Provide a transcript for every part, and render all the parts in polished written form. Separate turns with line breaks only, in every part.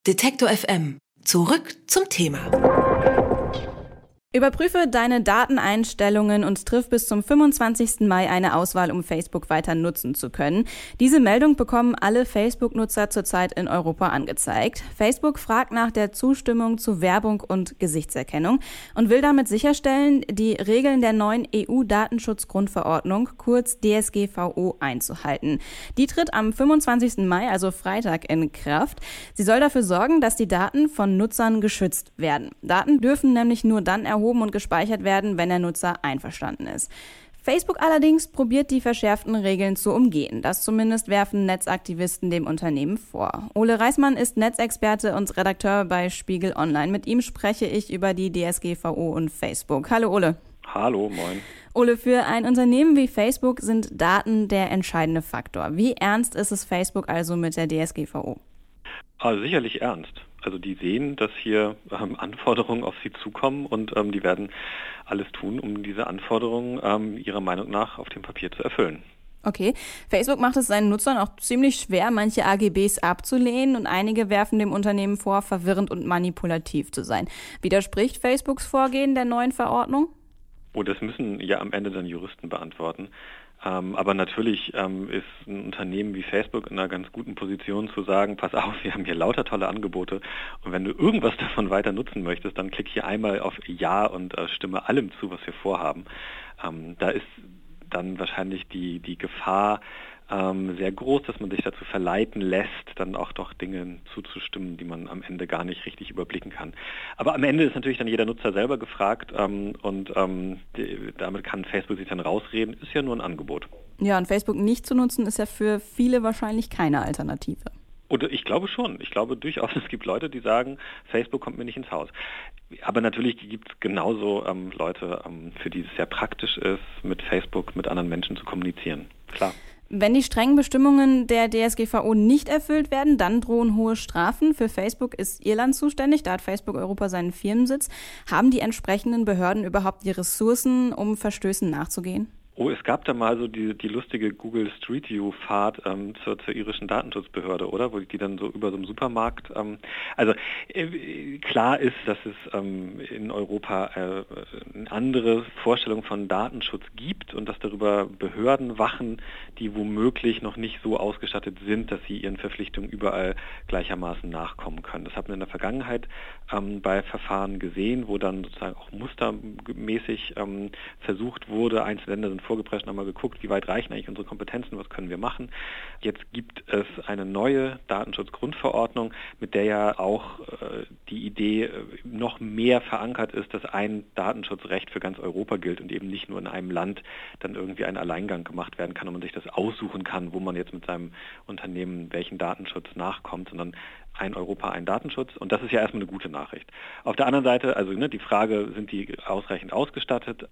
Detektor FM. Zurück zum Thema.
Überprüfe deine Dateneinstellungen und triff bis zum 25. Mai eine Auswahl, um Facebook weiter nutzen zu können. Diese Meldung bekommen alle Facebook-Nutzer zurzeit in Europa angezeigt. Facebook fragt nach der Zustimmung zu Werbung und Gesichtserkennung und will damit sicherstellen, die Regeln der neuen EU-Datenschutzgrundverordnung, kurz DSGVO, einzuhalten. Die tritt am 25. Mai, also Freitag, in Kraft. Sie soll dafür sorgen, dass die Daten von Nutzern geschützt werden. Daten dürfen nämlich nur dann erhoben und gespeichert werden, wenn der Nutzer einverstanden ist. Facebook allerdings probiert die verschärften Regeln zu umgehen. Das zumindest werfen Netzaktivisten dem Unternehmen vor. Ole Reismann ist Netzexperte und Redakteur bei Spiegel Online. Mit ihm spreche ich über die DSGVO und Facebook. Hallo Ole.
Hallo, moin.
Ole, für ein Unternehmen wie Facebook sind Daten der entscheidende Faktor. Wie ernst ist es Facebook also mit der DSGVO?
Also sicherlich ernst. Also die sehen, dass hier Anforderungen auf sie zukommen und die werden alles tun, um diese Anforderungen ihrer Meinung nach auf dem Papier zu erfüllen.
Okay, Facebook macht es seinen Nutzern auch ziemlich schwer, manche AGBs abzulehnen und einige werfen dem Unternehmen vor, verwirrend und manipulativ zu sein. Widerspricht Facebooks Vorgehen der neuen Verordnung?
Oh, das müssen ja am Ende dann Juristen beantworten. Aber natürlich ist ein Unternehmen wie Facebook in einer ganz guten Position zu sagen, pass auf, wir haben hier lauter tolle Angebote und wenn du irgendwas davon weiter nutzen möchtest, dann klick hier einmal auf Ja und stimme allem zu, was wir vorhaben. Da ist dann wahrscheinlich die Gefahr sehr groß, dass man sich dazu verleiten lässt, dann auch doch Dinge zuzustimmen, die man am Ende gar nicht richtig überblicken kann. Aber am Ende ist natürlich dann jeder Nutzer selber gefragt und damit kann Facebook sich dann rausreden, ist ja nur ein Angebot.
Ja, und Facebook nicht zu nutzen, ist ja für viele wahrscheinlich keine Alternative.
Oder ich glaube schon. Ich glaube durchaus, es gibt Leute, die sagen, Facebook kommt mir nicht ins Haus. Aber natürlich gibt es genauso Leute, für die es sehr praktisch ist, mit Facebook, mit anderen Menschen zu kommunizieren. Klar.
Wenn die strengen Bestimmungen der DSGVO nicht erfüllt werden, dann drohen hohe Strafen. Für Facebook ist Irland zuständig, da hat Facebook Europa seinen Firmensitz. Haben die entsprechenden Behörden überhaupt die Ressourcen, um Verstößen nachzugehen?
Oh, es gab da mal so die lustige Google Street View Fahrt zur irischen Datenschutzbehörde, oder? Wo die dann so über so einem Supermarkt... klar ist, dass es in Europa eine andere Vorstellung von Datenschutz gibt und dass darüber Behörden wachen, die womöglich noch nicht so ausgestattet sind, dass sie ihren Verpflichtungen überall gleichermaßen nachkommen können. Das hat man in der Vergangenheit bei Verfahren gesehen, wo dann sozusagen auch mustermäßig versucht wurde, einzelne Länder sind vorgeprescht und haben mal geguckt, wie weit reichen eigentlich unsere Kompetenzen, was können wir machen. Jetzt gibt es eine neue Datenschutzgrundverordnung, mit der ja auch die Idee noch mehr verankert ist, dass ein Datenschutzrecht für ganz Europa gilt und eben nicht nur in einem Land dann irgendwie ein Alleingang gemacht werden kann und man sich das aussuchen kann, wo man jetzt mit seinem Unternehmen welchen Datenschutz nachkommt, sondern ein Europa, ein Datenschutz. Und das ist ja erstmal eine gute Nachricht. Auf der anderen Seite, also die Frage, sind die ausreichend ausgestattet?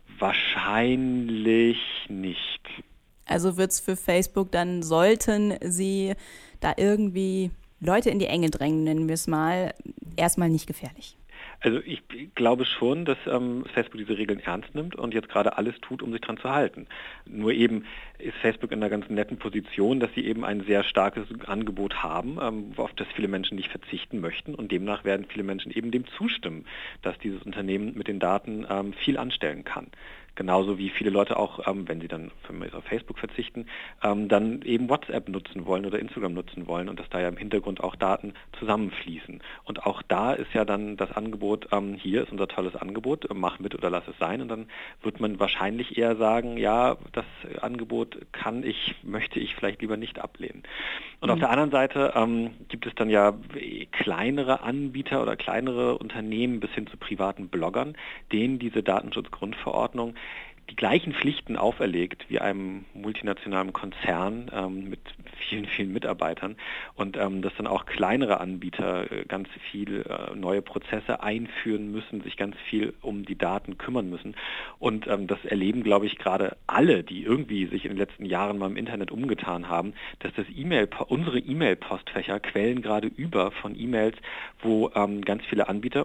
Wahrscheinlich nicht.
Also wird es für Facebook dann, sollten sie da irgendwie Leute in die Enge drängen, nennen wir es mal, erstmal nicht gefährlich?
Also ich glaube schon, dass Facebook diese Regeln ernst nimmt und jetzt gerade alles tut, um sich dran zu halten. Nur eben ist Facebook in einer ganz netten Position, dass sie eben ein sehr starkes Angebot haben, auf das viele Menschen nicht verzichten möchten und demnach werden viele Menschen eben dem zustimmen, dass dieses Unternehmen mit den Daten viel anstellen kann. Genauso wie viele Leute auch, wenn sie dann auf Facebook verzichten, dann eben WhatsApp nutzen wollen oder Instagram nutzen wollen und dass da ja im Hintergrund auch Daten zusammenfließen. Und auch da ist ja dann das Angebot, hier ist unser tolles Angebot, mach mit oder lass es sein. Und dann wird man wahrscheinlich eher sagen, ja, das Angebot möchte ich vielleicht lieber nicht ablehnen. Und auf der anderen Seite gibt es dann ja kleinere Anbieter oder kleinere Unternehmen bis hin zu privaten Bloggern, denen diese Datenschutzgrundverordnung die gleichen Pflichten auferlegt wie einem multinationalen Konzern mit vielen, vielen Mitarbeitern und dass dann auch kleinere Anbieter ganz viel neue Prozesse einführen müssen, sich ganz viel um die Daten kümmern müssen. Und das erleben, glaube ich, gerade alle, die irgendwie sich in den letzten Jahren mal im Internet umgetan haben, dass unsere E-Mail-Postfächer quellen gerade über von E-Mails, wo ganz viele Anbieter und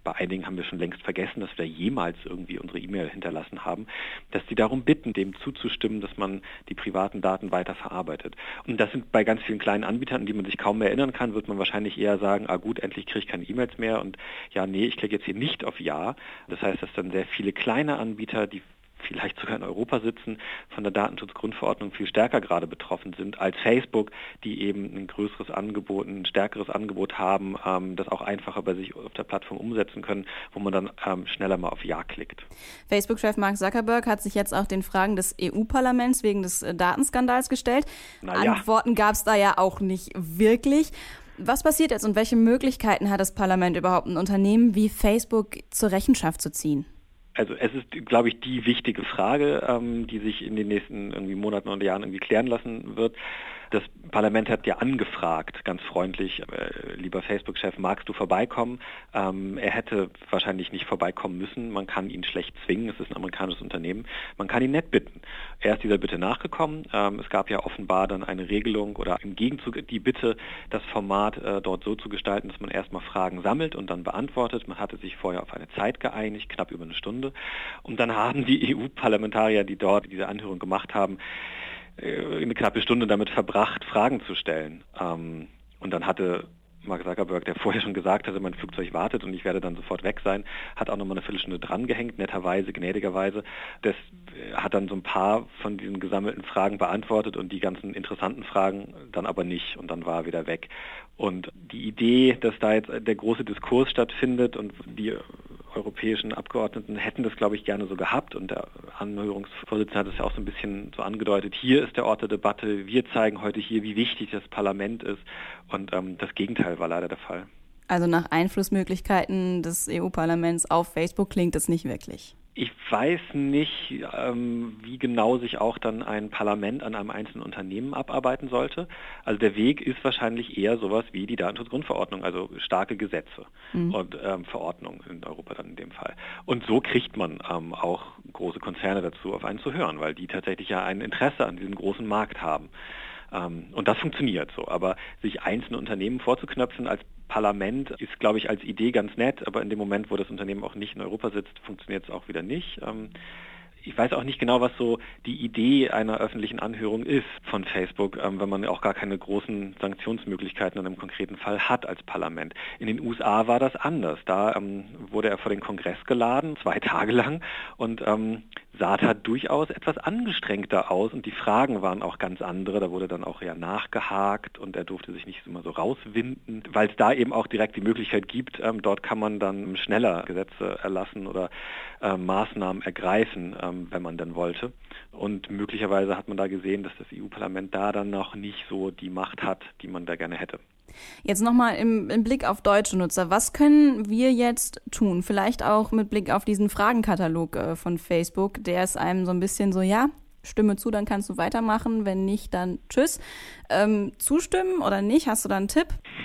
bei einigen haben wir schon längst vergessen, dass wir da jemals irgendwie unsere E-Mail hinterlassen haben, dass die darum bitten, dem zuzustimmen, dass man die privaten Daten weiter verarbeitet. Und das sind bei ganz vielen kleinen Anbietern, an die man sich kaum mehr erinnern kann, wird man wahrscheinlich eher sagen, gut, endlich kriege ich keine E-Mails mehr und ja, nee, ich klicke jetzt hier nicht auf Ja. Das heißt, dass dann sehr viele kleine Anbieter, die vielleicht sogar in Europa sitzen, von der Datenschutzgrundverordnung viel stärker gerade betroffen sind als Facebook, die eben ein größeres Angebot, ein stärkeres Angebot haben, das auch einfacher bei sich auf der Plattform umsetzen können, wo man dann schneller mal auf Ja klickt.
Facebook-Chef Mark Zuckerberg hat sich jetzt auch den Fragen des EU-Parlaments wegen des Datenskandals gestellt. Antworten gab es da ja auch nicht wirklich. Was passiert jetzt und welche Möglichkeiten hat das Parlament überhaupt, ein Unternehmen wie Facebook zur Rechenschaft zu ziehen?
Also es ist, glaube ich, die wichtige Frage, die sich in den nächsten irgendwie Monaten und Jahren irgendwie klären lassen wird. Das Parlament hat ja angefragt, ganz freundlich, lieber Facebook-Chef, magst du vorbeikommen? Er hätte wahrscheinlich nicht vorbeikommen müssen. Man kann ihn schlecht zwingen. Es ist ein amerikanisches Unternehmen. Man kann ihn nett bitten. Er ist dieser Bitte nachgekommen. Es gab ja offenbar dann eine Regelung oder im Gegenzug die Bitte, das Format dort so zu gestalten, dass man erstmal Fragen sammelt und dann beantwortet. Man hatte sich vorher auf eine Zeit geeinigt, knapp über eine Stunde. Und dann haben die EU-Parlamentarier, die dort diese Anhörung gemacht haben, eine knappe Stunde damit verbracht, Fragen zu stellen. Und dann hatte Mark Zuckerberg, der vorher schon gesagt hatte, mein Flugzeug wartet und ich werde dann sofort weg sein, hat auch nochmal eine Viertelstunde drangehängt, netterweise, gnädigerweise. Das hat dann so ein paar von diesen gesammelten Fragen beantwortet und die ganzen interessanten Fragen dann aber nicht und dann war er wieder weg. Und die Idee, dass da jetzt der große Diskurs stattfindet und die europäischen Abgeordneten hätten das, glaube ich, gerne so gehabt und der Anhörungsvorsitzende hat es ja auch so ein bisschen so angedeutet, hier ist der Ort der Debatte, wir zeigen heute hier, wie wichtig das Parlament ist und das Gegenteil war leider der Fall.
Also nach Einflussmöglichkeiten des EU-Parlaments auf Facebook klingt es nicht wirklich.
Ich weiß nicht, wie genau sich auch dann ein Parlament an einem einzelnen Unternehmen abarbeiten sollte. Also der Weg ist wahrscheinlich eher sowas wie die Datenschutzgrundverordnung, also starke Gesetze und Verordnungen in Europa dann in dem Fall. Und so kriegt man auch große Konzerne dazu, auf einen zu hören, weil die tatsächlich ja ein Interesse an diesem großen Markt haben. Und das funktioniert so. Aber sich einzelne Unternehmen vorzuknöpfen als Parlament ist, glaube ich, als Idee ganz nett, aber in dem Moment, wo das Unternehmen auch nicht in Europa sitzt, funktioniert es auch wieder nicht. Ich weiß auch nicht genau, was so die Idee einer öffentlichen Anhörung ist von Facebook, wenn man auch gar keine großen Sanktionsmöglichkeiten in einem konkreten Fall hat als Parlament. In den USA war das anders. Da wurde er vor den Kongress geladen, 2 Tage lang und sah da durchaus etwas angestrengter aus und die Fragen waren auch ganz andere. Da wurde dann auch eher nachgehakt und er durfte sich nicht immer so rauswinden, weil es da eben auch direkt die Möglichkeit gibt, dort kann man dann schneller Gesetze erlassen oder Maßnahmen ergreifen, wenn man denn wollte. Und möglicherweise hat man da gesehen, dass das EU-Parlament da dann noch nicht so die Macht hat, die man da gerne hätte.
Jetzt nochmal im Blick auf deutsche Nutzer. Was können wir jetzt tun? Vielleicht auch mit Blick auf diesen Fragenkatalog von Facebook, der ist einem so ein bisschen so, ja, stimme zu, dann kannst du weitermachen. Wenn nicht, dann tschüss. Zustimmen oder nicht? Hast du da einen Tipp?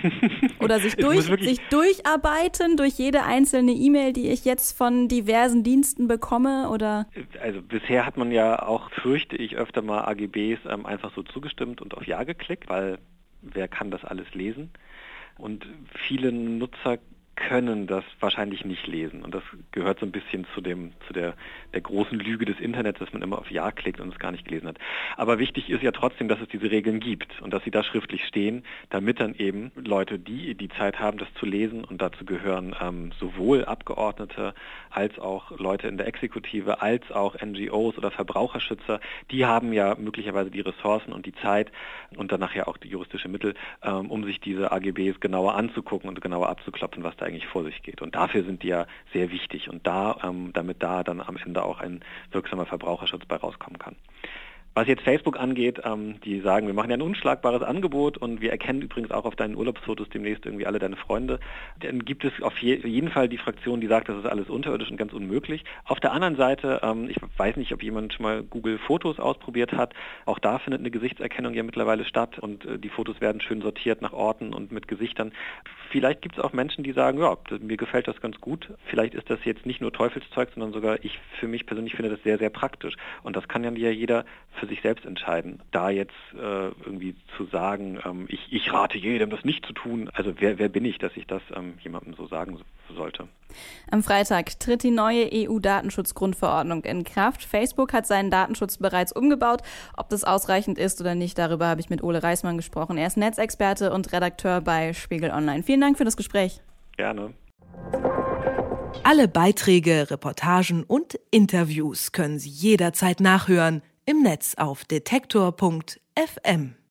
Oder sich durcharbeiten durch jede einzelne E-Mail, die ich jetzt von diversen Diensten bekomme? Oder?
Also bisher hat man ja auch, fürchte ich, öfter mal AGBs einfach so zugestimmt und auf Ja geklickt, weil wer kann das alles lesen? Und viele Nutzer können das wahrscheinlich nicht lesen. Und das gehört so ein bisschen zu der großen Lüge des Internets, dass man immer auf Ja klickt und es gar nicht gelesen hat. Aber wichtig ist ja trotzdem, dass es diese Regeln gibt und dass sie da schriftlich stehen, damit dann eben Leute, die die Zeit haben, das zu lesen, und dazu gehören sowohl Abgeordnete als auch Leute in der Exekutive, als auch NGOs oder Verbraucherschützer, die haben ja möglicherweise die Ressourcen und die Zeit und dann nachher auch die juristische Mittel, um sich diese AGBs genauer anzugucken und genauer abzuklopfen, was da eigentlich vor sich geht. Und dafür sind die ja sehr wichtig und damit da dann am Ende auch ein wirksamer Verbraucherschutz bei rauskommen kann. Was jetzt Facebook angeht, die sagen, wir machen ja ein unschlagbares Angebot und wir erkennen übrigens auch auf deinen Urlaubsfotos demnächst irgendwie alle deine Freunde. Dann gibt es auf jeden Fall die Fraktion, die sagt, das ist alles unterirdisch und ganz unmöglich. Auf der anderen Seite, ich weiß nicht, ob jemand schon mal Google Fotos ausprobiert hat. Auch da findet eine Gesichtserkennung ja mittlerweile statt und die Fotos werden schön sortiert nach Orten und mit Gesichtern. Vielleicht gibt es auch Menschen, die sagen, ja, mir gefällt das ganz gut. Vielleicht ist das jetzt nicht nur Teufelszeug, sondern sogar ich für mich persönlich finde das sehr, sehr praktisch. Und das kann ja jeder für für sich selbst entscheiden. Da jetzt irgendwie zu sagen, ich rate jedem, das nicht zu tun, also wer bin ich, dass ich das jemandem so sagen sollte?
Am Freitag tritt die neue EU-Datenschutzgrundverordnung in Kraft. Facebook hat seinen Datenschutz bereits umgebaut. Ob das ausreichend ist oder nicht, darüber habe ich mit Ole Reismann gesprochen. Er ist Netzexperte und Redakteur bei Spiegel Online. Vielen Dank für das Gespräch.
Gerne.
Alle Beiträge, Reportagen und Interviews können Sie jederzeit nachhören im Netz auf detektor.fm.